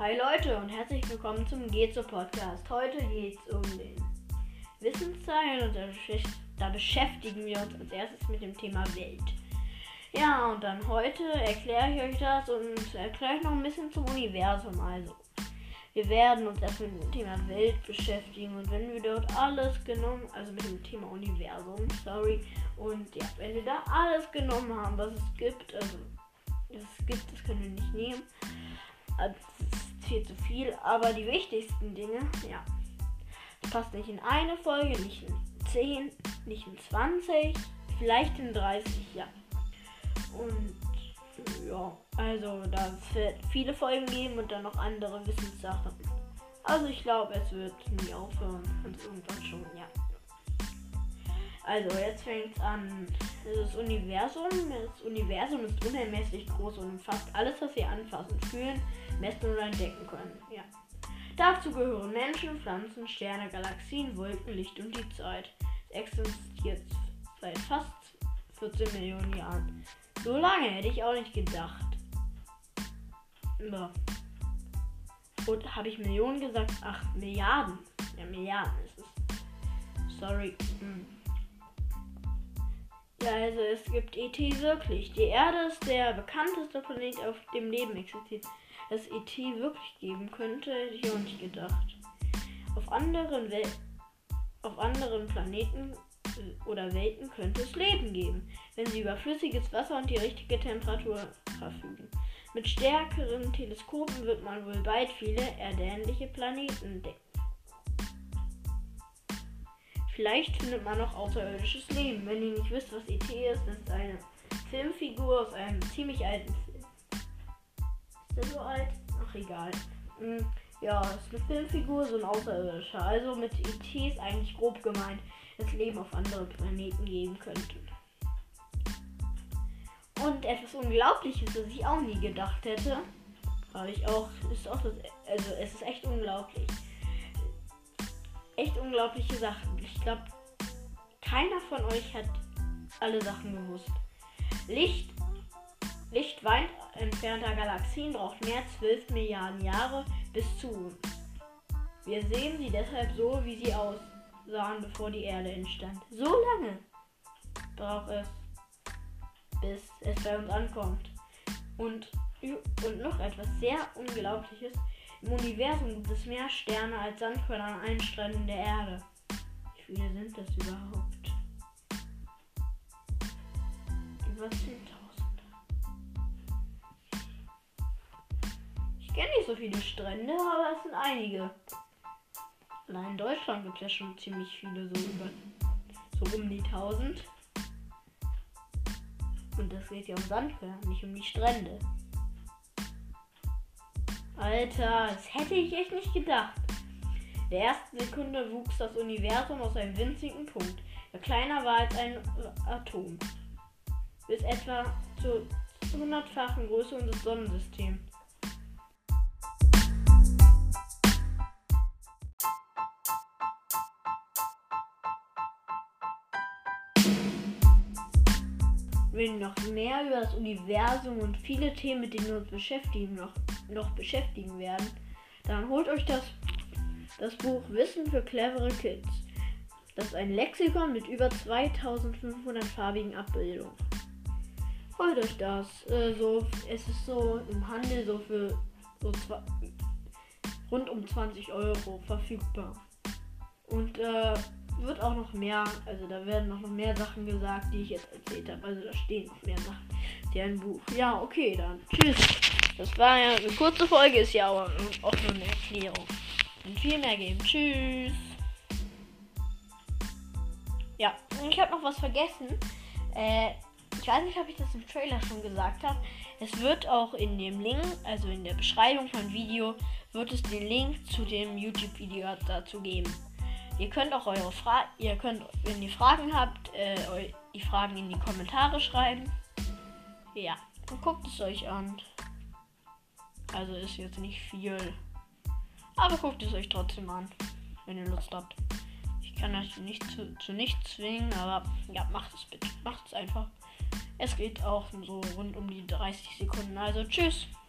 Hi Leute und herzlich willkommen zum Gezo Podcast. Heute geht es um den Wissensteil und da beschäftigen wir uns als erstes mit dem Thema Welt. Ja, und dann heute erkläre ich euch das und erkläre euch noch ein bisschen zum Universum. Also, wir werden uns erst mit dem Thema Welt beschäftigen und wenn wir dort alles genommen, also mit dem Thema Universum, und ja, wenn wir da alles genommen haben, was es gibt, das können wir nicht nehmen. Das ist viel zu viel, aber die wichtigsten Dinge, ja, das passt nicht in eine Folge, nicht in 10, nicht in 20, vielleicht in 30, ja. Und ja, also da wird viele Folgen geben und dann noch andere Wissenssachen. Also ich glaube, es wird nie aufhören und irgendwann schon, ja. Also jetzt fängt es an. Das Universum ist unermesslich groß und umfasst alles, was wir anfassen, fühlen, messen oder entdecken können. Ja. Dazu gehören Menschen, Pflanzen, Sterne, Galaxien, Wolken, Licht und die Zeit. Es existiert seit fast 14 Millionen Jahren. So lange hätte ich auch nicht gedacht. Ja. Und habe ich Millionen gesagt? Ach, Milliarden. Ja, Milliarden ist es. Sorry. Ja, also es gibt ET wirklich. Die Erde ist der bekannteste Planet, auf dem Leben existiert. Dass ET wirklich geben könnte, hätte ich auch nicht gedacht. Auf anderen Planeten oder Welten könnte es Leben geben, wenn sie über flüssiges Wasser und die richtige Temperatur verfügen. Mit stärkeren Teleskopen wird man wohl bald viele erdähnliche Planeten entdecken. Vielleicht findet man noch außerirdisches Leben. Wenn ihr nicht wisst, was ET ist, das ist eine Filmfigur aus einem ziemlich alten Film. Ist der so alt? Ach, egal. Ja, es ist eine Filmfigur, so ein Außerirdischer. Also mit ET ist eigentlich grob gemeint, dass Leben auf anderen Planeten geben könnte. Und etwas Unglaubliches, das ich auch nie gedacht hätte, es ist echt unglaublich. Echt unglaubliche Sachen. Ich glaube, keiner von euch hat alle Sachen gewusst. Lichtweit entfernter Galaxien braucht mehr als 12 Milliarden Jahre bis zu uns. Wir sehen sie deshalb so, wie sie aussahen, bevor die Erde entstand. So lange braucht es, bis es bei uns ankommt. Und noch etwas sehr Unglaubliches. Im Universum gibt es mehr Sterne als Sandkörner an allen Stränden der Erde. Wie viele sind das überhaupt? Über 10.000. Ich kenne nicht so viele Strände, aber es sind einige. Allein in Deutschland gibt es ja schon ziemlich viele, so um die 1000. Und das geht ja um Sandkörner, nicht um die Strände. Alter, das hätte ich echt nicht gedacht. In der ersten Sekunde wuchs das Universum aus einem winzigen Punkt, der kleiner war als ein Atom, bis etwa zur 100-fachen Größe unseres Sonnensystems. Wenn ihr noch mehr über das Universum und viele Themen, mit denen wir uns beschäftigen, noch beschäftigen werden, dann holt euch das Buch Wissen für clevere Kids. Das ist ein Lexikon mit über 2500 farbigen Abbildungen. Holt euch das. Es ist so im Handel so für rund um 20 Euro verfügbar. Und wird auch noch mehr, also da werden noch mehr Sachen gesagt, die ich jetzt erzählt habe. Also da stehen noch mehr Sachen. Ein Buch. Ja, okay, dann tschüss. Das war ja eine kurze Folge, ist ja auch nur eine Erklärung. Und viel mehr geben. Tschüss. Ja, ich habe noch was vergessen. Ich weiß nicht, ob ich das im Trailer schon gesagt habe. Es wird auch in dem Link, also in der Beschreibung vom Video, wird es den Link zu dem YouTube-Video dazu geben. Ihr könnt auch wenn ihr Fragen habt, die Fragen in die Kommentare schreiben. Ja, und guckt es euch an. Also ist jetzt nicht viel. Aber guckt es euch trotzdem an, wenn ihr Lust habt. Ich kann euch nicht zu nichts zwingen, aber ja, macht es bitte. Macht es einfach. Es geht auch so rund um die 30 Sekunden. Also tschüss.